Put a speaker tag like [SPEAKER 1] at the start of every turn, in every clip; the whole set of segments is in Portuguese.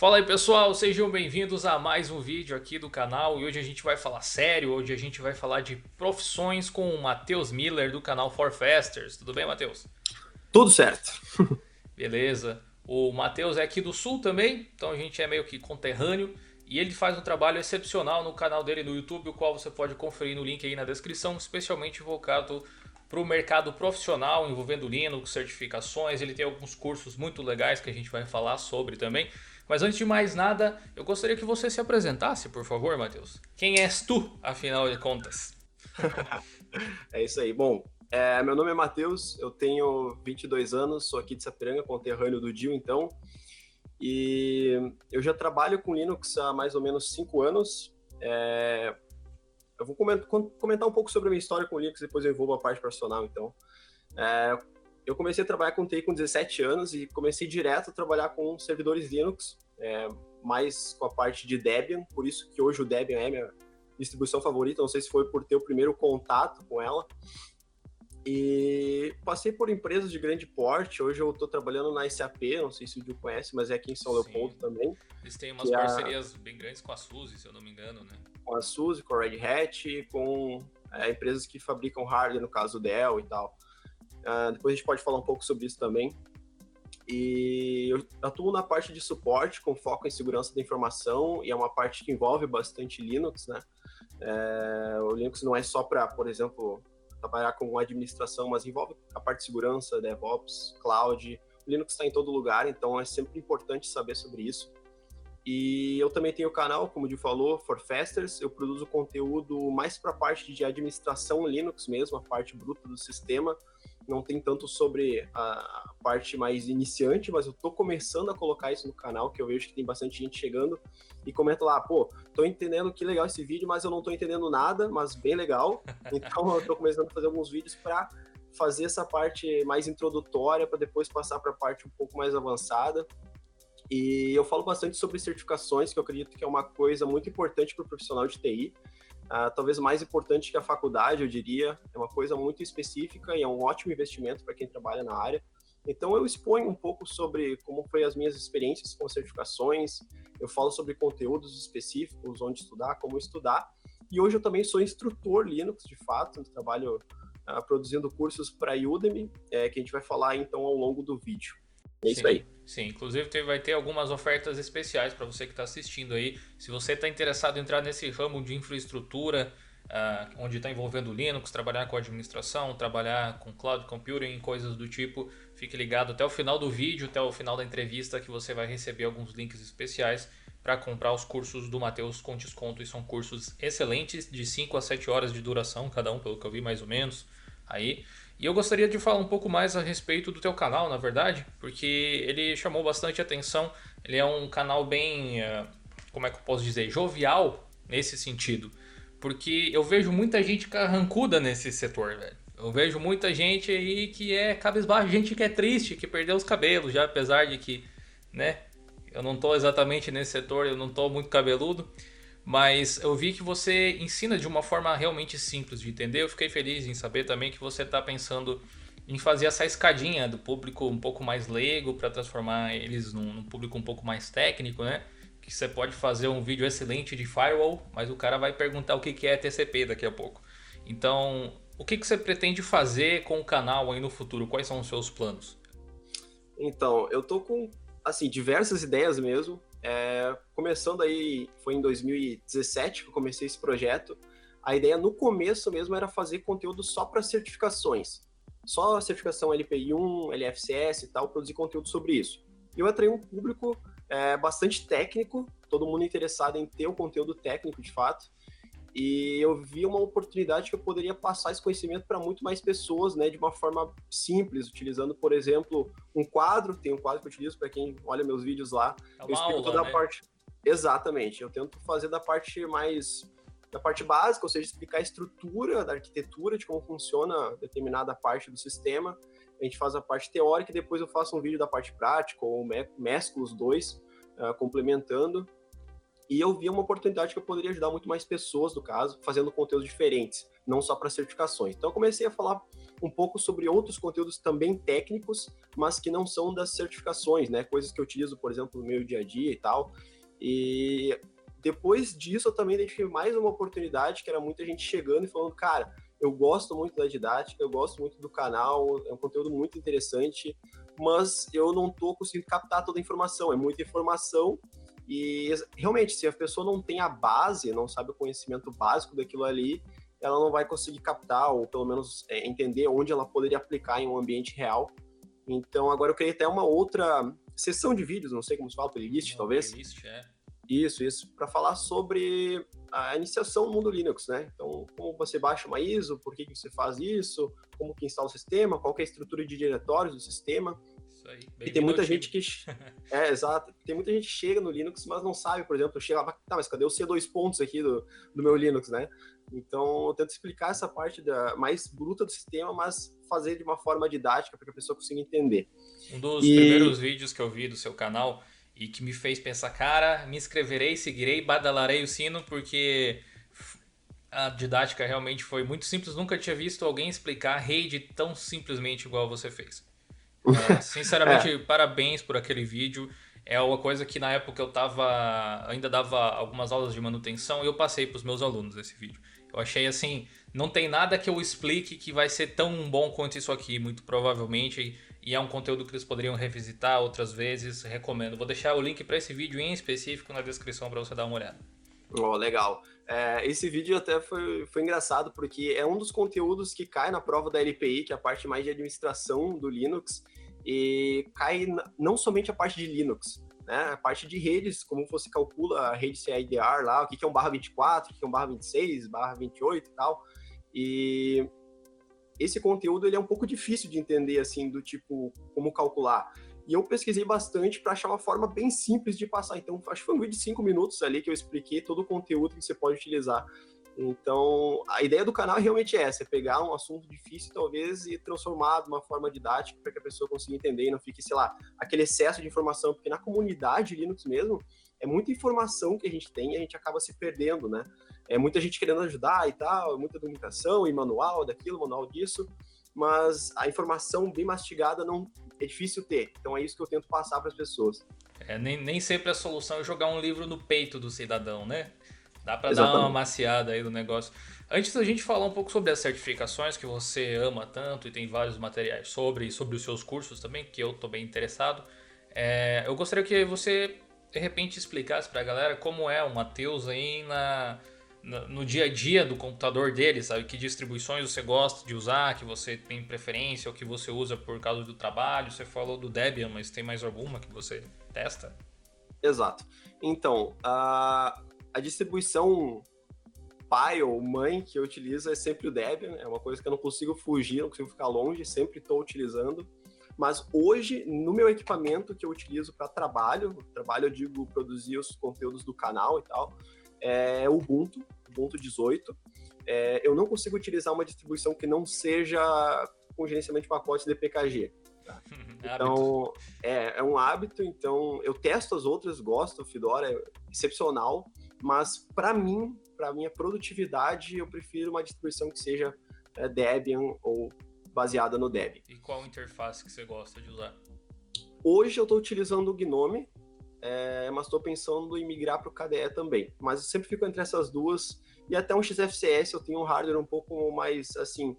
[SPEAKER 1] Fala aí pessoal, sejam bem-vindos a mais um vídeo aqui do canal e hoje a gente vai falar sério, hoje a gente vai falar de profissões com o Matheus Miller do canal Forfasters. Tudo bem, Matheus?
[SPEAKER 2] Tudo certo.
[SPEAKER 1] Beleza. O Matheus é aqui do Sul também, então a gente é meio que conterrâneo e ele faz um trabalho excepcional no canal dele no YouTube, o qual você pode conferir no link aí na descrição, especialmente voltado para o mercado profissional envolvendo Linux, certificações. Ele tem alguns cursos muito legais que a gente vai falar sobre também. Mas antes de mais nada, eu gostaria que você se apresentasse, por favor, Matheus. Quem és tu, afinal de contas?
[SPEAKER 2] É isso aí. Bom, meu nome é Matheus, eu tenho 22 anos, sou aqui de Sapiranga, conterrâneo do Dil, então. E eu já trabalho com Linux há mais ou menos 5 anos. Eu vou comentar um pouco sobre a minha história com Linux, depois eu envolvo a parte profissional, então. Eu comecei a trabalhar com TI com 17 anos e comecei direto a trabalhar com servidores Linux, mais com a parte de Debian, por isso que hoje o Debian é minha distribuição favorita, não sei se foi por ter o primeiro contato com ela. E passei por empresas de grande porte, hoje eu estou trabalhando na SAP, não sei se o Gil conhece, mas é aqui em São Leopoldo
[SPEAKER 1] Sim,
[SPEAKER 2] também,
[SPEAKER 1] eles têm umas
[SPEAKER 2] que é
[SPEAKER 1] parcerias bem grandes com a Suzy, se eu não me engano, né?
[SPEAKER 2] com a SUSE, com a Red Hat, com empresas que fabricam hardware, no caso Dell e tal. Depois a gente pode falar um pouco sobre isso também. E eu atuo na parte de suporte, com foco em segurança da informação, e é uma parte que envolve bastante Linux, né? O Linux não é só para, por exemplo, trabalhar com administração, mas envolve a parte de segurança, DevOps, Cloud. O Linux está em todo lugar, então é sempre importante saber sobre isso. E eu também tenho o canal, como o Gil falou, Forfasters. Eu produzo conteúdo mais para a parte de administração Linux mesmo, a parte bruta do sistema. Não tem tanto sobre a parte mais iniciante, mas eu tô começando a colocar isso no canal, que eu vejo que tem bastante gente chegando e comenta lá, pô, tô entendendo que legal esse vídeo, mas eu não tô entendendo nada, mas bem legal. Então eu tô começando a fazer alguns vídeos para fazer essa parte mais introdutória, para depois passar para a parte um pouco mais avançada. E eu falo bastante sobre certificações, que eu acredito que é uma coisa muito importante para o profissional de TI. Talvez mais importante que a faculdade, eu diria. É uma coisa muito específica e é um ótimo investimento para quem trabalha na área. Então, eu exponho um pouco sobre como foi as minhas experiências com certificações, eu falo sobre conteúdos específicos, onde estudar, como estudar. E hoje eu também sou instrutor Linux, de fato, eu trabalho produzindo cursos para a Udemy, que a gente vai falar então ao longo do vídeo. É isso
[SPEAKER 1] Sim,
[SPEAKER 2] aí.
[SPEAKER 1] sim. Inclusive vai ter algumas ofertas especiais para você que está assistindo aí. Se você está interessado em entrar nesse ramo de infraestrutura, onde está envolvendo Linux, trabalhar com administração, trabalhar com cloud computing, coisas do tipo, fique ligado até o final do vídeo, até o final da entrevista, que você vai receber alguns links especiais para comprar os cursos do Matheus com desconto. E são cursos excelentes, de 5 a 7 horas de duração, cada um, pelo que eu vi mais ou menos aí. E eu gostaria de falar um pouco mais a respeito do teu canal, na verdade, porque ele chamou bastante atenção. Ele é um canal bem, como é que eu posso dizer, jovial nesse sentido. Porque eu vejo muita gente carrancuda nesse setor, velho. Eu vejo muita gente aí que é cabisbaixo, gente que é triste, que perdeu os cabelos já, apesar de que, né, eu não tô exatamente nesse setor, eu não tô muito cabeludo. Mas eu vi que você ensina de uma forma realmente simples de entender. Eu fiquei feliz em saber também que você está pensando em fazer essa escadinha do público um pouco mais leigo para transformar eles num público um pouco mais técnico, né? Que você pode fazer um vídeo excelente de firewall, mas o cara vai perguntar o que é TCP daqui a pouco. Então, o que você pretende fazer com o canal aí no futuro? Quais são os seus planos?
[SPEAKER 2] Então, eu tô com, assim, diversas ideias mesmo. Começando aí, foi em 2017 que eu comecei esse projeto. A ideia no começo mesmo era fazer conteúdo só para certificações. Só a certificação LPI1, LFCS e tal, produzir conteúdo sobre isso. E eu atraí um público bastante técnico, todo mundo interessado em ter o conteúdo técnico de fato. E eu vi uma oportunidade que eu poderia passar esse conhecimento para muito mais pessoas, né, de uma forma simples, utilizando, por exemplo, um quadro. Tem um quadro que eu utilizo para quem olha meus vídeos lá.
[SPEAKER 1] É
[SPEAKER 2] Eu
[SPEAKER 1] uma
[SPEAKER 2] explico
[SPEAKER 1] aula,
[SPEAKER 2] toda a
[SPEAKER 1] né?
[SPEAKER 2] parte. Exatamente. Eu tento fazer da parte básica, ou seja, explicar a estrutura da arquitetura, de como funciona determinada parte do sistema. A gente faz a parte teórica e depois eu faço um vídeo da parte prática, ou mesclo os dois, complementando. E eu vi uma oportunidade que eu poderia ajudar muito mais pessoas, no caso, fazendo conteúdos diferentes. não só para certificações. Então eu comecei a falar um pouco sobre outros conteúdos também técnicos, mas que não são das certificações, né? Coisas que eu utilizo, por exemplo, no meu dia a dia e tal. E depois disso eu também identifiquei mais uma oportunidade, que era muita gente chegando e falando, cara, eu gosto muito da didática, eu gosto muito do canal, é um conteúdo muito interessante, mas eu não estou conseguindo captar toda a informação, é muita informação e realmente, se a pessoa não tem a base, não sabe o conhecimento básico daquilo ali, ela não vai conseguir captar ou pelo menos entender onde ela poderia aplicar em um ambiente real. Então agora eu criei até uma outra sessão de vídeos, não sei como se fala, playlist talvez.
[SPEAKER 1] Playlist, é.
[SPEAKER 2] Isso, para falar sobre a iniciação no mundo Linux, né? Então, como você baixa uma ISO, por que você faz isso, como que instala o sistema, qual que é a estrutura de diretórios do sistema.
[SPEAKER 1] Isso aí,
[SPEAKER 2] e tem muita gente que... exato. Tem muita gente que chega no Linux, mas não sabe, por exemplo, chega lá, tá, mas cadê o C2 pontos aqui do meu Linux, né? Então, eu tento explicar essa parte mais bruta do sistema, mas fazer de uma forma didática para que a pessoa consiga entender.
[SPEAKER 1] Um dos primeiros vídeos que eu vi do seu canal e que me fez pensar, cara, me inscreverei, seguirei, badalarei o sino, porque a didática realmente foi muito simples. Nunca tinha visto alguém explicar RAID tão simplesmente igual você fez. Sinceramente, parabéns por aquele vídeo. É uma coisa que na época eu ainda dava algumas aulas de manutenção e eu passei para os meus alunos esse vídeo. Eu achei assim, não tem nada que eu explique que vai ser tão bom quanto isso aqui, muito provavelmente. E é um conteúdo que eles poderiam revisitar outras vezes, recomendo. Vou deixar o link para esse vídeo em específico na descrição para você dar uma olhada.
[SPEAKER 2] Oh, legal. Esse vídeo até foi engraçado, porque é um dos conteúdos que cai na prova da LPI, que é a parte mais de administração do Linux, e cai não somente a parte de Linux, né? A parte de redes, como você calcula a rede CIDR lá, o que é um /24, o que é um /26, /28 e tal. E esse conteúdo ele é um pouco difícil de entender, assim, do tipo, como calcular. E eu pesquisei bastante para achar uma forma bem simples de passar. Então, acho que foi um vídeo de 5 minutos ali que eu expliquei todo o conteúdo que você pode utilizar. Então, a ideia do canal realmente é essa, é pegar um assunto difícil, talvez, e transformar de uma forma didática para que a pessoa consiga entender e não fique, sei lá, aquele excesso de informação, porque na comunidade Linux mesmo, é muita informação que a gente tem e a gente acaba se perdendo, né? É muita gente querendo ajudar e tal, muita documentação e manual daquilo, manual disso, mas a informação bem mastigada não é difícil ter. Então é isso que eu tento passar para as pessoas.
[SPEAKER 1] Nem sempre a solução é jogar um livro no peito do cidadão, né? Dá para dar uma maciada aí no negócio. Antes da gente falar um pouco sobre as certificações que você ama tanto e tem vários materiais sobre os seus cursos também, que eu tô bem interessado, eu gostaria que você de repente explicasse para a galera como é o Matheus aí no dia a dia do computador dele, sabe? Que distribuições você gosta de usar, que você tem preferência ou que você usa por causa do trabalho. Você falou do Debian, mas tem mais alguma que você testa?
[SPEAKER 2] Exato. Então, a distribuição pai ou mãe que eu utilizo é sempre o Debian, é uma coisa que eu não consigo fugir, não consigo ficar longe, sempre estou utilizando. Mas hoje, no meu equipamento que eu utilizo para trabalho, eu digo produzir os conteúdos do canal e tal, é o Ubuntu 18. Eu não consigo utilizar uma distribuição que não seja com gerenciamento de pacotes DPKG. Tá? Então, é um hábito, então eu testo as outras, gosto, o Fedora é excepcional, mas para minha produtividade, eu prefiro uma distribuição que seja Debian ou baseada no Debian.
[SPEAKER 1] E qual interface que você gosta de usar?
[SPEAKER 2] Hoje eu estou utilizando o Gnome, mas estou pensando em migrar para o KDE também. Mas eu sempre fico entre essas duas, e até um XFCS eu tenho um hardware um pouco mais, assim,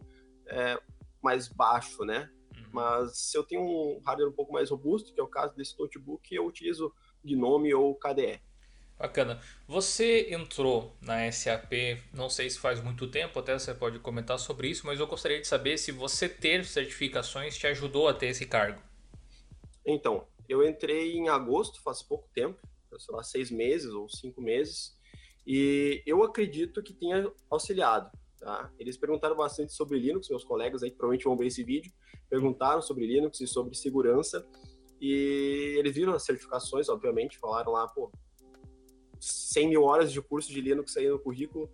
[SPEAKER 2] mais baixo, né? Mas se eu tenho um hardware um pouco mais robusto, que é o caso desse notebook, eu utilizo Gnome ou KDE.
[SPEAKER 1] Bacana. Você entrou na SAP, não sei se faz muito tempo, até você pode comentar sobre isso, mas eu gostaria de saber se você ter certificações te ajudou a ter esse cargo.
[SPEAKER 2] Então, eu entrei em agosto, faz pouco tempo, sei lá, 6 meses ou 5 meses, e eu acredito que tenha auxiliado. Tá? Eles perguntaram bastante sobre Linux, meus colegas aí que provavelmente vão ver esse vídeo, perguntaram sobre Linux e sobre segurança, e eles viram as certificações, obviamente, falaram lá, 100 mil horas de curso de Linux aí no currículo,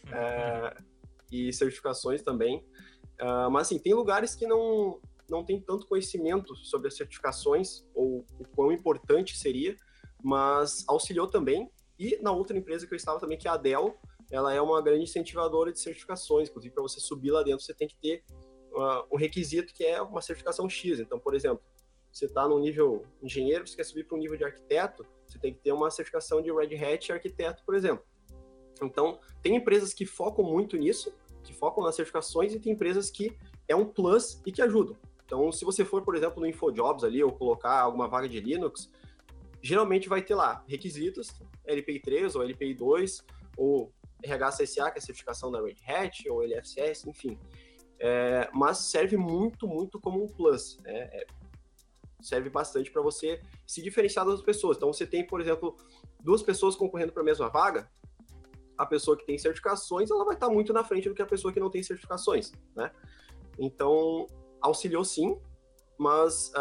[SPEAKER 2] e certificações também. Mas, assim, tem lugares que não tem tanto conhecimento sobre as certificações, ou o quão importante seria, mas auxiliou também. E na outra empresa que eu estava também, que é a Dell, ela é uma grande incentivadora de certificações. Inclusive, para você subir lá dentro, você tem que ter um requisito que é uma certificação X. Então, por exemplo, você está no nível engenheiro, você quer subir para um nível de arquiteto, você tem que ter uma certificação de Red Hat arquiteto, por exemplo. Então, tem empresas que focam muito nisso, que focam nas certificações, e tem empresas que é um plus e que ajudam. Então, se você for, por exemplo, no InfoJobs ali, ou colocar alguma vaga de Linux, geralmente vai ter lá requisitos, LPI 3 ou LPI 2, ou RHCSA, que é a certificação da Red Hat, ou LFCS, enfim. Mas serve muito, muito como um plus, né? Serve bastante para você se diferenciar das pessoas. Então, você tem, por exemplo, 2 pessoas concorrendo para a mesma vaga, a pessoa que tem certificações, ela vai estar muito na frente do que a pessoa que não tem certificações, né? Então, auxiliou sim, mas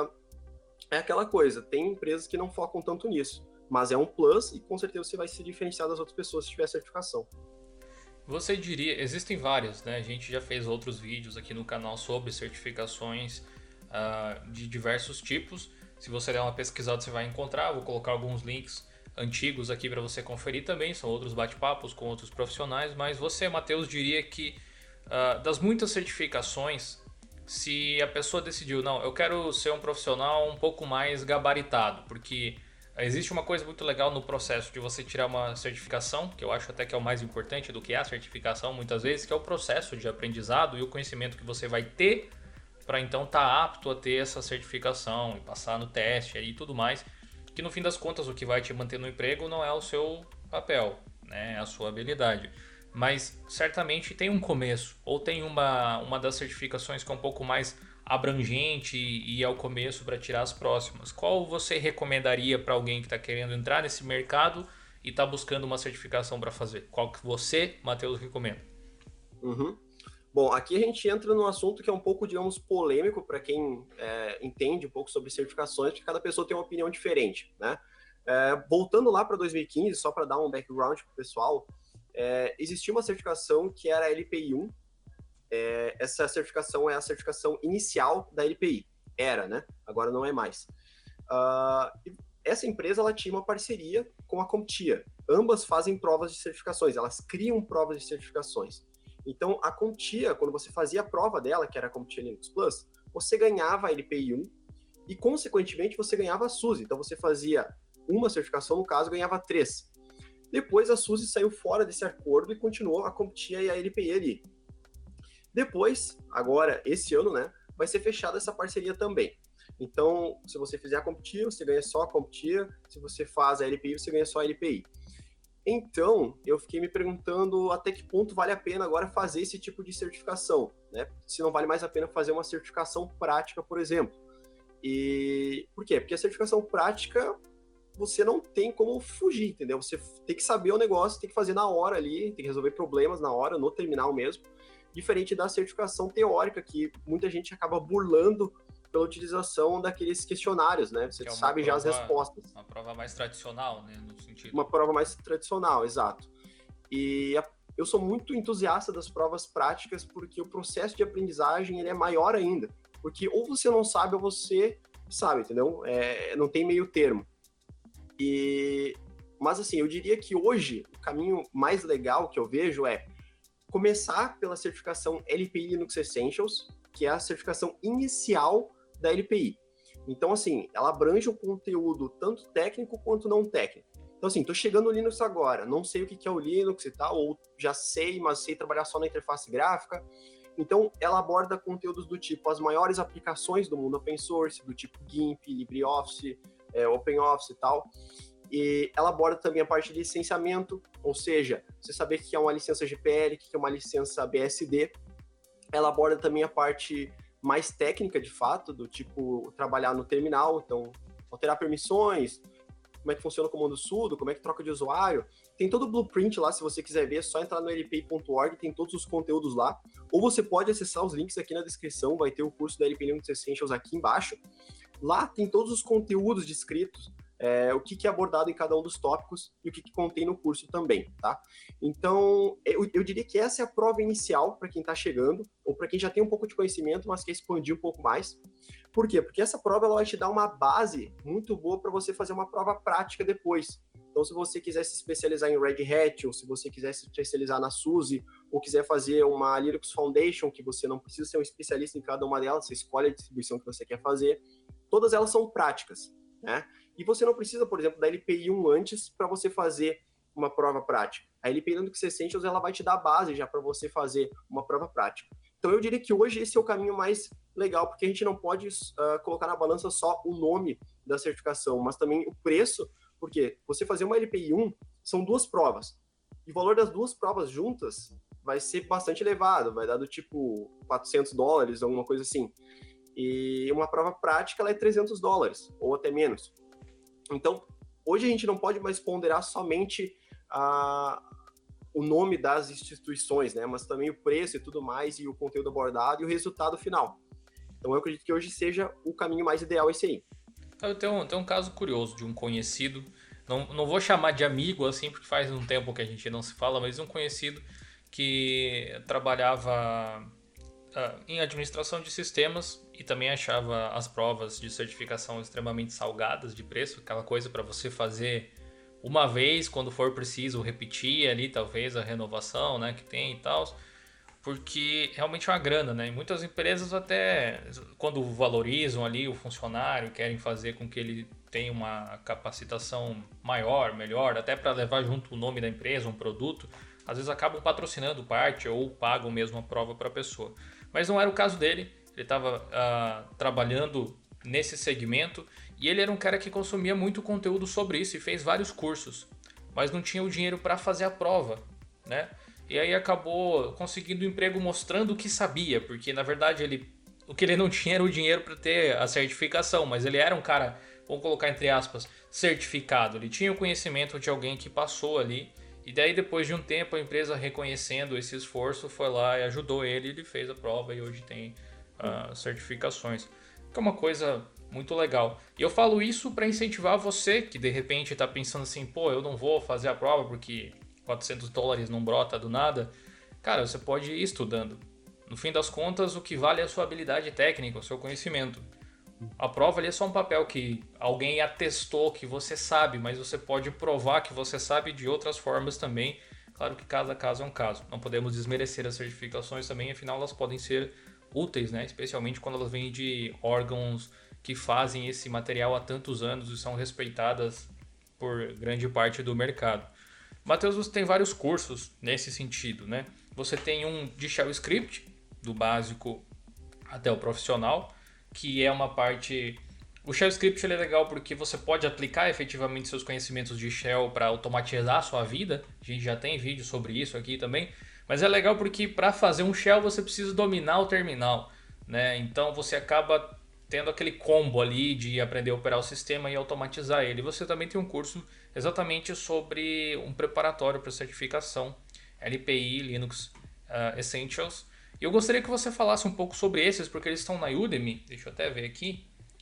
[SPEAKER 2] é aquela coisa, tem empresas que não focam tanto nisso, mas é um plus e com certeza você vai se diferenciar das outras pessoas se tiver certificação.
[SPEAKER 1] Você diria, existem várias, né? A gente já fez outros vídeos aqui no canal sobre certificações de diversos tipos. Se você der uma pesquisada, você vai encontrar. Vou colocar alguns links antigos aqui para você conferir também. São outros bate-papos com outros profissionais. Mas você, Matheus, diria que das muitas certificações, se a pessoa decidiu, não, eu quero ser um profissional um pouco mais gabaritado, porque existe uma coisa muito legal no processo de você tirar uma certificação, que eu acho até que é o mais importante do que a certificação muitas vezes, que é o processo de aprendizado e o conhecimento que você vai ter para então estar apto a ter essa certificação e passar no teste e tudo mais, que no fim das contas o que vai te manter no emprego não é o seu papel, né, é a sua habilidade. Mas certamente tem um começo, ou tem uma das certificações que é um pouco mais abrangente e é o começo para tirar as próximas. Qual você recomendaria para alguém que está querendo entrar nesse mercado e está buscando uma certificação para fazer? Qual que você, Matheus, recomenda?
[SPEAKER 2] Uhum. Bom, aqui a gente entra num assunto que é um pouco, digamos, polêmico para quem entende um pouco sobre certificações, porque cada pessoa tem uma opinião diferente, né? Voltando lá para 2015, só para dar um background para o pessoal, existia uma certificação que era a LPI 1. Essa certificação é a certificação inicial da LPI. Era, né? Agora não é mais. Essa empresa ela tinha uma parceria com a CompTIA. Ambas fazem provas de certificações, elas criam provas de certificações. Então, a CompTIA, quando você fazia a prova dela, que era a CompTIA Linux Plus, você ganhava a LPI 1 e, consequentemente, você ganhava a SUSE. Então, você fazia uma certificação, no caso, ganhava 3. Depois, a SUSE saiu fora desse acordo e continuou a CompTIA e a LPI ali. Depois, agora, esse ano, né, vai ser fechada essa parceria também. Então, se você fizer a CompTIA, você ganha só a CompTIA. Se você faz a LPI, você ganha só a LPI. Então, eu fiquei me perguntando até que ponto vale a pena agora fazer esse tipo de certificação, né? Se não vale mais a pena fazer uma certificação prática, por exemplo. E por quê? Porque a certificação prática, você não tem como fugir, entendeu? Você tem que saber o negócio, tem que fazer na hora ali, tem que resolver problemas na hora, no terminal mesmo. Diferente da certificação teórica, que muita gente acaba burlando pela utilização daqueles questionários, né? Você sabe já as respostas.
[SPEAKER 1] Uma prova mais tradicional, né? No sentido.
[SPEAKER 2] Uma prova mais tradicional, exato. E eu sou muito entusiasta das provas práticas porque o processo de aprendizagem ele é maior ainda. Porque ou você não sabe ou você sabe, entendeu? Não tem meio termo. Mas assim, eu diria que hoje o caminho mais legal que eu vejo é começar pela certificação LPI Linux Essentials, que é a certificação inicial da LPI. Então, assim, ela abrange um conteúdo tanto técnico quanto não técnico. Então, assim, tô chegando no Linux agora, não sei o que é o Linux e tal, ou já sei, mas sei trabalhar só na interface gráfica. Então, ela aborda conteúdos do tipo as maiores aplicações do mundo open source, do tipo GIMP, LibreOffice, OpenOffice e tal. E ela aborda também a parte de licenciamento, ou seja, você saber o que é uma licença GPL, o que é uma licença BSD. Ela aborda também a parte mais técnica, de fato, do tipo trabalhar no terminal, então alterar permissões, como é que funciona o comando sudo, como é que troca de usuário. Tem todo o blueprint lá, se você quiser ver, é só entrar no lpi.org, tem todos os conteúdos lá. Ou você pode acessar os links aqui na descrição, vai ter o curso da LPI Linux Essentials aqui embaixo. Lá tem todos os conteúdos descritos, o que é abordado em cada um dos tópicos e o que contém no curso também, tá? Então, eu diria que essa é a prova inicial para quem está chegando, ou para quem já tem um pouco de conhecimento, mas quer expandir um pouco mais. Por quê? Porque essa prova ela vai te dar uma base muito boa para você fazer uma prova prática depois. Então, se você quiser se especializar em Red Hat, ou se você quiser se especializar na SUSE, ou quiser fazer uma Linux Foundation, que você não precisa ser um especialista em cada uma delas, você escolhe a distribuição que você quer fazer, todas elas são práticas, né? E você não precisa, por exemplo, da LPI 1 antes para você fazer uma prova prática. A LPI Linux Essentials, ela vai te dar a base já para você fazer uma prova prática. Então, eu diria que hoje esse é o caminho mais legal, porque a gente não pode colocar na balança só o nome da certificação, mas também o preço, porque você fazer uma LPI 1 são 2 provas, e o valor das 2 provas juntas vai ser bastante elevado, vai dar do tipo $400, alguma coisa assim. E uma prova prática, ela é $300, ou até menos. Então, hoje a gente não pode mais ponderar somente o nome das instituições, né? Mas também o preço e tudo mais, e o conteúdo abordado e o resultado final. Então, eu acredito que hoje seja o caminho mais ideal esse aí.
[SPEAKER 1] Eu tenho um caso curioso de um conhecido, não vou chamar de amigo assim, porque faz um tempo que a gente não se fala, mas um conhecido que trabalhava em administração de sistemas e também achava as provas de certificação extremamente salgadas de preço, aquela coisa para você fazer uma vez, quando for preciso repetir ali talvez a renovação, né, que tem e tal, porque realmente é uma grana, né? E muitas empresas até, quando valorizam ali o funcionário, querem fazer com que ele tenha uma capacitação maior, melhor, até para levar junto o nome da empresa, um produto, às vezes acabam patrocinando parte ou pagam mesmo a prova para a pessoa. Mas não era o caso dele, ele estava trabalhando nesse segmento e ele era um cara que consumia muito conteúdo sobre isso e fez vários cursos, mas não tinha o dinheiro para fazer a prova, né? E aí acabou conseguindo um emprego mostrando o que sabia, porque na verdade o que ele não tinha era o dinheiro para ter a certificação, mas ele era um cara, vamos colocar entre aspas, certificado. Ele tinha o conhecimento de alguém que passou ali, e daí depois de um tempo a empresa reconhecendo esse esforço foi lá e ajudou ele, ele fez a prova e hoje tem certificações, que é uma coisa muito legal. E eu falo isso para incentivar você que de repente está pensando assim, pô, eu não vou fazer a prova porque $400 não brota do nada. Cara, você pode ir estudando. No fim das contas, o que vale é a sua habilidade técnica, o seu conhecimento. A prova ali é só um papel que alguém atestou que você sabe, mas você pode provar que você sabe de outras formas também. Claro que cada caso é um caso. Não podemos desmerecer as certificações também, afinal elas podem ser úteis, né? Especialmente quando elas vêm de órgãos que fazem esse material há tantos anos e são respeitadas por grande parte do mercado. Matheus, você tem vários cursos nesse sentido, né? Você tem um de Shell Script, do básico até o profissional, que é uma parte... O Shell Script ele é legal porque você pode aplicar efetivamente seus conhecimentos de Shell para automatizar a sua vida. A gente já tem vídeo sobre isso aqui também. Mas é legal porque para fazer um Shell você precisa dominar o terminal, né? Então você acaba tendo aquele combo ali de aprender a operar o sistema e automatizar ele. Você também tem um curso exatamente sobre um preparatório para certificação LPI Linux Essentials. E eu gostaria que você falasse um pouco sobre esses, porque eles estão na Udemy, deixa eu até ver aqui,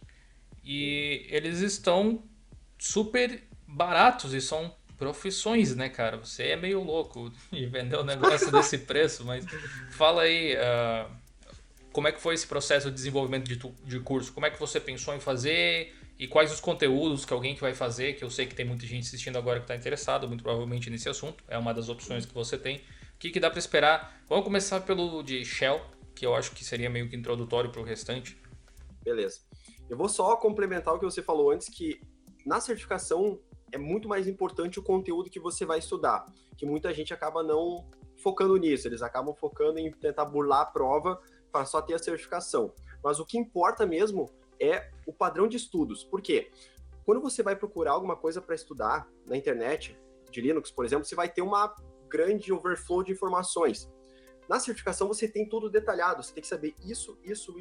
[SPEAKER 1] e eles estão super baratos e são profissões, né, cara? Você é meio louco de vender um negócio desse preço, mas fala aí... como é que foi esse processo de desenvolvimento de curso? Como é que você pensou em fazer? E quais os conteúdos que alguém que vai fazer? Que eu sei que tem muita gente assistindo agora que está interessado, muito provavelmente nesse assunto. É uma das opções que você tem. O que dá para esperar? Vamos começar pelo de Shell, que eu acho que seria meio que introdutório para o restante.
[SPEAKER 2] Beleza. Eu vou só complementar o que você falou antes, que na certificação é muito mais importante o conteúdo que você vai estudar, que muita gente acaba não focando nisso, eles acabam focando em tentar burlar a prova para só ter a certificação. Mas o que importa mesmo é o padrão de estudos. Por quê? Quando você vai procurar alguma coisa para estudar na internet, de Linux, por exemplo, você vai ter uma grande overflow de informações. Na certificação você tem tudo detalhado, você tem que saber isso.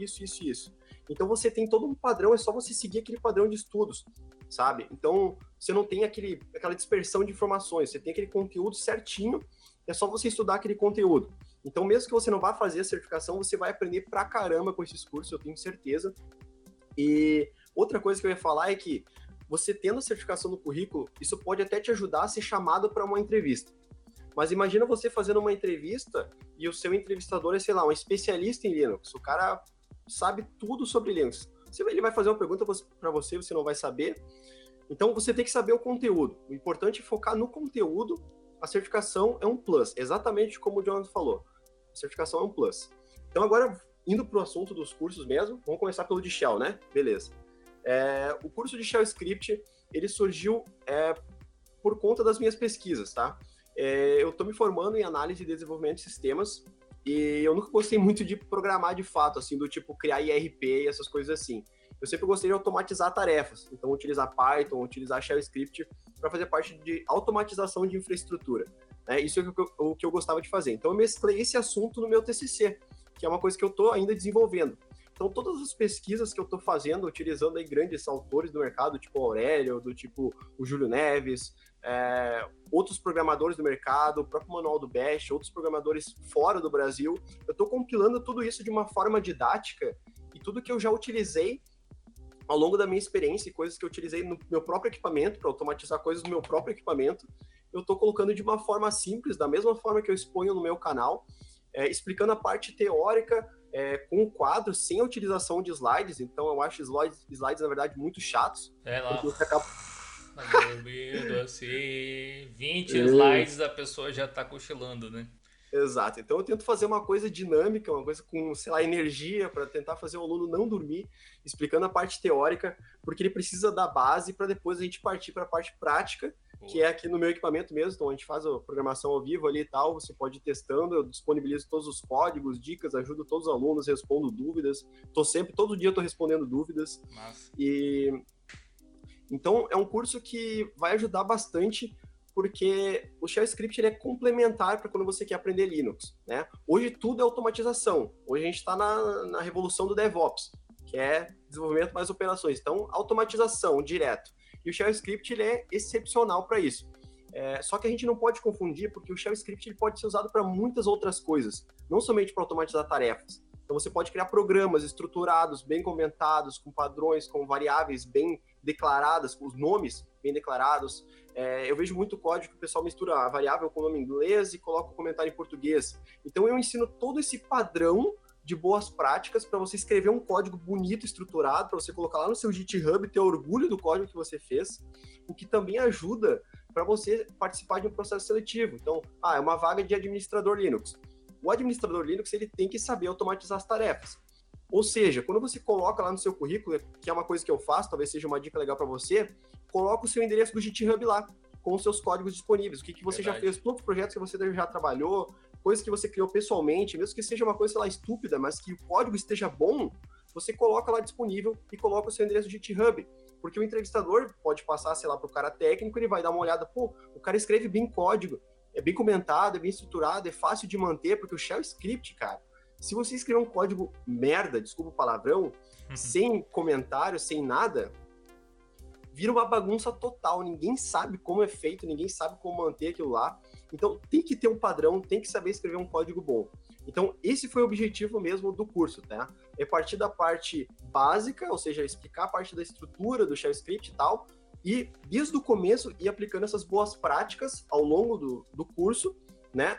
[SPEAKER 2] Então você tem todo um padrão, é só você seguir aquele padrão de estudos, sabe? Então você não tem aquela dispersão de informações, você tem aquele conteúdo certinho, é só você estudar aquele conteúdo. Então, mesmo que você não vá fazer a certificação, você vai aprender pra caramba com esses cursos, eu tenho certeza. E outra coisa que eu ia falar é que você tendo a certificação no currículo, isso pode até te ajudar a ser chamado para uma entrevista. Mas imagina você fazendo uma entrevista e o seu entrevistador é, sei lá, um especialista em Linux. O cara sabe tudo sobre Linux. Ele vai fazer uma pergunta para você, você não vai saber. Então, você tem que saber o conteúdo. O importante é focar no conteúdo. A certificação é um plus, exatamente como o Jonathan falou. A certificação é um plus. Então, agora, indo para o assunto dos cursos mesmo, vamos começar pelo de Shell, né? Beleza. O curso de Shell Script, ele surgiu por conta das minhas pesquisas, tá? Eu estou me formando em análise e desenvolvimento de sistemas e eu nunca gostei muito de programar de fato, assim, do tipo criar IRP e essas coisas assim. Eu sempre gostei de automatizar tarefas, então utilizar Python, utilizar Shell Script para fazer parte de automatização de infraestrutura. Né? Isso é o que eu gostava de fazer. Então eu mesclei esse assunto no meu TCC, que é uma coisa que eu estou ainda desenvolvendo. Então todas as pesquisas que eu estou fazendo, utilizando aí grandes autores do mercado, tipo o Aurélio, do tipo o Júlio Neves, outros programadores do mercado, o próprio Manual do Bash, outros programadores fora do Brasil, eu estou compilando tudo isso de uma forma didática e tudo que eu já utilizei ao longo da minha experiência e coisas que eu utilizei no meu próprio equipamento, para automatizar coisas no meu próprio equipamento, eu estou colocando de uma forma simples, da mesma forma que eu exponho no meu canal, explicando a parte teórica com o quadro, sem a utilização de slides. Então eu acho slides na verdade, muito chatos.
[SPEAKER 1] Lá.
[SPEAKER 2] Porque você acaba...
[SPEAKER 1] Dormindo assim, 20 slides a pessoa já está cochilando, né?
[SPEAKER 2] Exato. Então eu tento fazer uma coisa dinâmica, uma coisa com, sei lá, energia, para tentar fazer o aluno não dormir, explicando a parte teórica, porque ele precisa da base para depois a gente partir para a parte prática, que é aqui no meu equipamento mesmo. Então a gente faz a programação ao vivo ali e tal, você pode ir testando, eu disponibilizo todos os códigos, dicas, ajudo todos os alunos, respondo dúvidas. Todo dia eu tô respondendo dúvidas.
[SPEAKER 1] Massa.
[SPEAKER 2] Então é um curso que vai ajudar bastante, porque o Shell Script ele é complementar para quando você quer aprender Linux, né? Hoje tudo é automatização. Hoje a gente está na revolução do DevOps, que é desenvolvimento mais operações. Então, automatização direto. E o Shell Script ele é excepcional para isso. Só que a gente não pode confundir, porque o Shell Script ele pode ser usado para muitas outras coisas, não somente para automatizar tarefas. Então, você pode criar programas estruturados, bem comentados, com padrões, com variáveis bem declaradas, com os nomes bem declarados. Eu vejo muito código que o pessoal mistura a variável com o nome em inglês e coloca o comentário em português. Então, eu ensino todo esse padrão de boas práticas para você escrever um código bonito, estruturado, para você colocar lá no seu GitHub e ter orgulho do código que você fez, o que também ajuda para você participar de um processo seletivo. Então, é uma vaga de administrador Linux. O administrador Linux ele tem que saber automatizar as tarefas. Ou seja, quando você coloca lá no seu currículo, que é uma coisa que eu faço, talvez seja uma dica legal para você, coloca o seu endereço do GitHub lá, com os seus códigos disponíveis. O que você já fez, todos os projetos que você já trabalhou, coisas que você criou pessoalmente, mesmo que seja uma coisa, sei lá, estúpida, mas que o código esteja bom, você coloca lá disponível e coloca o seu endereço do GitHub. Porque o entrevistador pode passar, sei lá, para o cara técnico, ele vai dar uma olhada, o cara escreve bem código, é bem comentado, é bem estruturado, é fácil de manter, porque o Shell Script, cara, se você escrever um código merda, desculpa o palavrão, sem comentário, sem nada, vira uma bagunça total, ninguém sabe como é feito, ninguém sabe como manter aquilo lá. Então tem que ter um padrão, tem que saber escrever um código bom. Então esse foi o objetivo mesmo do curso, tá? É partir da parte básica, ou seja, explicar a parte da estrutura do Shell Script e tal, e desde o começo ir aplicando essas boas práticas ao longo do curso, né?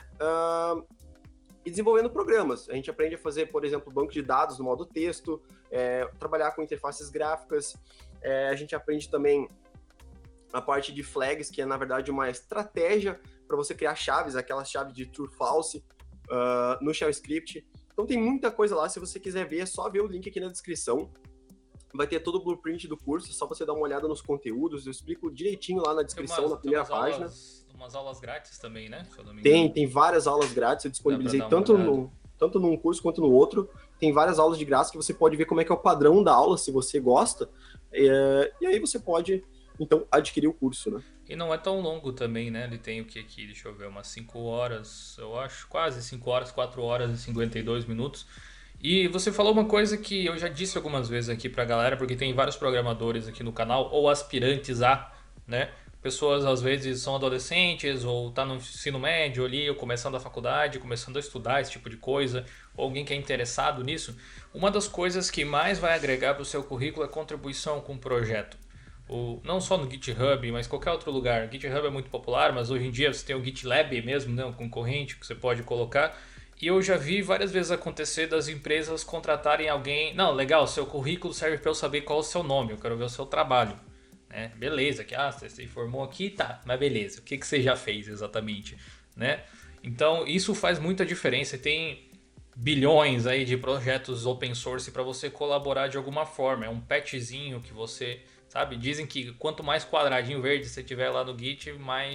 [SPEAKER 2] E desenvolvendo programas. A gente aprende a fazer, por exemplo, banco de dados no modo texto, trabalhar com interfaces gráficas. A gente aprende também a parte de flags, que é, na verdade, uma estratégia para você criar chaves, aquelas chaves de true false no Shell Script. Então tem muita coisa lá, se você quiser ver, é só ver o link aqui na descrição. Vai ter todo o blueprint do curso, é só você dar uma olhada nos conteúdos, eu explico direitinho lá na descrição, na primeira página.
[SPEAKER 1] Umas aulas grátis também, né? Se eu não me engano.
[SPEAKER 2] Tem várias aulas grátis, eu disponibilizei tanto num curso quanto no outro. Tem várias aulas de graça que você pode ver como é que é o padrão da aula, se você gosta. E aí você pode, então, adquirir o curso, né?
[SPEAKER 1] E não é tão longo também, né? Ele tem o que aqui? Deixa eu ver, umas 5 horas, eu acho, quase 5 horas, 4 horas e 52 minutos. E você falou uma coisa que eu já disse algumas vezes aqui pra galera, porque tem vários programadores aqui no canal, ou aspirantes a, né? Pessoas às vezes são adolescentes ou tá no ensino médio ali, ou começando a faculdade, começando a estudar esse tipo de coisa, ou alguém que é interessado nisso. Uma das coisas que mais vai agregar para o seu currículo é contribuição com o projeto. Não só no GitHub, mas qualquer outro lugar. O GitHub é muito popular, mas hoje em dia você tem o GitLab mesmo, né, um concorrente que você pode colocar. E eu já vi várias vezes acontecer das empresas contratarem alguém. Não, legal, seu currículo serve para eu saber qual é o seu nome, eu quero ver o seu trabalho. né? Beleza, que você se formou aqui, tá, mas beleza, o que você já fez exatamente, né? Então isso faz muita diferença. Tem bilhões aí de projetos open source para você colaborar de alguma forma. É um patchzinho que você, sabe? Dizem que quanto mais quadradinho verde você tiver lá no Git,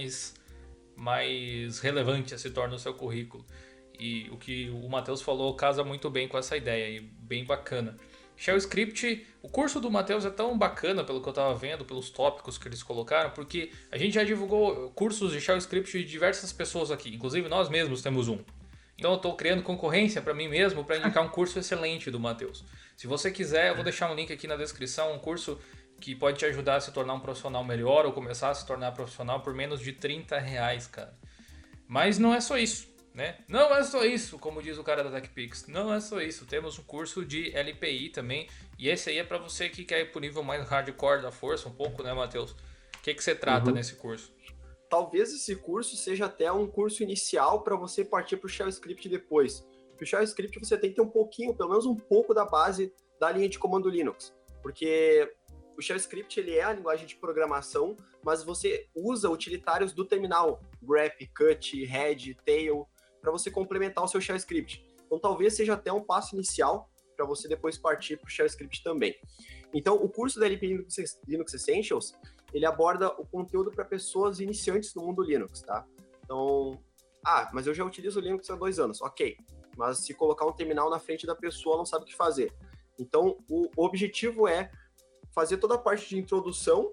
[SPEAKER 1] mais relevante se torna o seu currículo. E o que o Matheus falou casa muito bem com essa ideia e bem bacana. Shell Script, o curso do Matheus é tão bacana pelo que eu estava vendo, pelos tópicos que eles colocaram, porque a gente já divulgou cursos de Shell Script de diversas pessoas aqui, inclusive nós mesmos temos um. Então eu estou criando concorrência para mim mesmo para indicar um curso excelente do Matheus. Se você quiser, eu vou deixar um link aqui na descrição, um curso que pode te ajudar a se tornar um profissional melhor ou começar a se tornar profissional por menos de R$ 30, cara. Mas não é só isso, né? Não é só isso, como diz o cara da TechPix. Não é só isso. Temos um curso de LPI também. E esse aí é para você que quer ir pro nível mais hardcore da força, um pouco, né, Matheus? O que você trata nesse curso?
[SPEAKER 2] Talvez esse curso seja até um curso inicial para você partir para o Shell Script depois. Porque o Shell Script você tem que ter um pouquinho, pelo menos um pouco da base da linha de comando Linux. Porque o Shell Script ele é a linguagem de programação, mas você usa utilitários do terminal, grep, cut, head, tail, para você complementar o seu Shell Script. Então talvez seja até um passo inicial para você depois partir para o Shell Script também. Então o curso da LP Linux Essentials, ele aborda o conteúdo para pessoas iniciantes no mundo Linux, tá? Então, mas eu já utilizo o Linux há 2 anos, ok. Mas se colocar um terminal na frente da pessoa, ela não sabe o que fazer. Então, o objetivo é fazer toda a parte de introdução,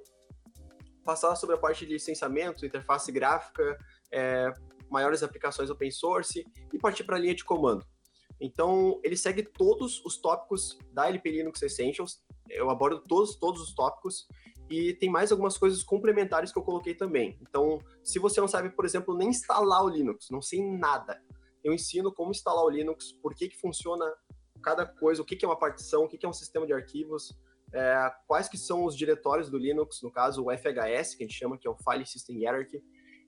[SPEAKER 2] passar sobre a parte de licenciamento, interface gráfica, maiores aplicações open source e partir para a linha de comando. Então, ele segue todos os tópicos da LP Linux Essentials, eu abordo todos os tópicos, e tem mais algumas coisas complementares que eu coloquei também. Então, se você não sabe, por exemplo, nem instalar o Linux, não sei nada, eu ensino como instalar o Linux, por que funciona cada coisa, o que é uma partição, o que é um sistema de arquivos, quais que são os diretórios do Linux, no caso o FHS, que a gente chama, que é o File System Hierarchy,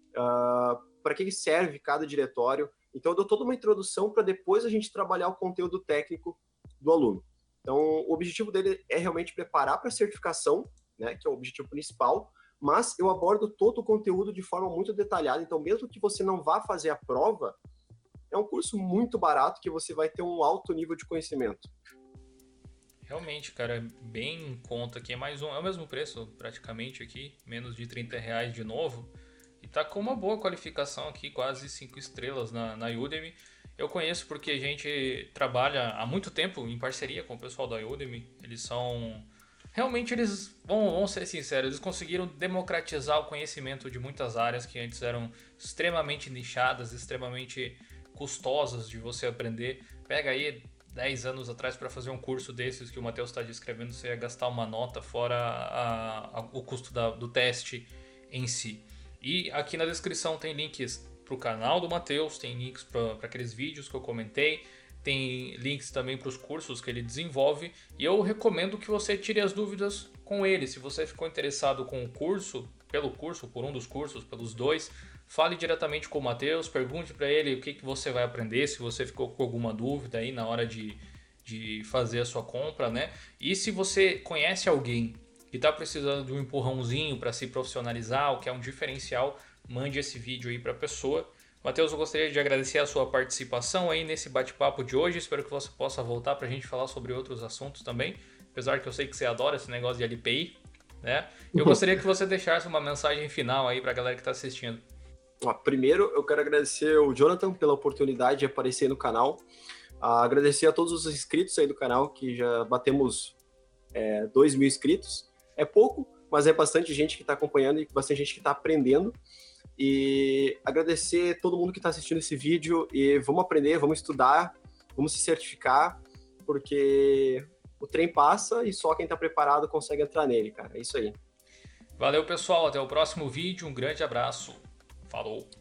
[SPEAKER 2] para que serve cada diretório. Então, eu dou toda uma introdução para depois a gente trabalhar o conteúdo técnico do aluno. Então, o objetivo dele é realmente preparar para a certificação, né, que é o objetivo principal, mas eu abordo todo o conteúdo de forma muito detalhada. Então, mesmo que você não vá fazer a prova, é um curso muito barato que você vai ter um alto nível de conhecimento.
[SPEAKER 1] Realmente, cara, é bem em conta aqui. É o mesmo preço praticamente aqui, menos de R$ 30 de novo. E tá com uma boa qualificação aqui, quase 5 estrelas na Udemy. Eu conheço porque a gente trabalha há muito tempo em parceria com o pessoal da Udemy. Eles são... Realmente eles, vamos ser sinceros, eles conseguiram democratizar o conhecimento de muitas áreas que antes eram extremamente nichadas, extremamente custosas de você aprender. Pega aí 10 anos atrás para fazer um curso desses que o Matheus está descrevendo, você ia gastar uma nota fora o custo do teste em si. E aqui na descrição tem links para o canal do Matheus, tem links para aqueles vídeos que eu comentei, tem links também para os cursos que ele desenvolve, e eu recomendo que você tire as dúvidas com ele. Se você ficou interessado com o curso, por um dos cursos, pelos dois, fale diretamente com o Matheus, pergunte para ele o que você vai aprender, se você ficou com alguma dúvida aí na hora de fazer a sua compra, né? E se você conhece alguém que está precisando de um empurrãozinho para se profissionalizar, o que é um diferencial, mande esse vídeo aí para a pessoa. Matheus, eu gostaria de agradecer a sua participação aí nesse bate-papo de hoje. Espero que você possa voltar para a gente falar sobre outros assuntos também, apesar que eu sei que você adora esse negócio de LPI, né? Eu gostaria que você deixasse uma mensagem final aí para a galera que está assistindo.
[SPEAKER 2] Primeiro, eu quero agradecer o Jonathan pela oportunidade de aparecer no canal. Agradecer a todos os inscritos aí do canal, que já batemos 2.000 inscritos. É pouco, mas é bastante gente que está acompanhando e bastante gente que está aprendendo. E agradecer todo mundo que está assistindo esse vídeo. E vamos aprender, vamos estudar, vamos se certificar, porque o trem passa e só quem está preparado consegue entrar nele, cara. É isso aí.
[SPEAKER 1] Valeu, pessoal. Até o próximo vídeo. Um grande abraço. Falou!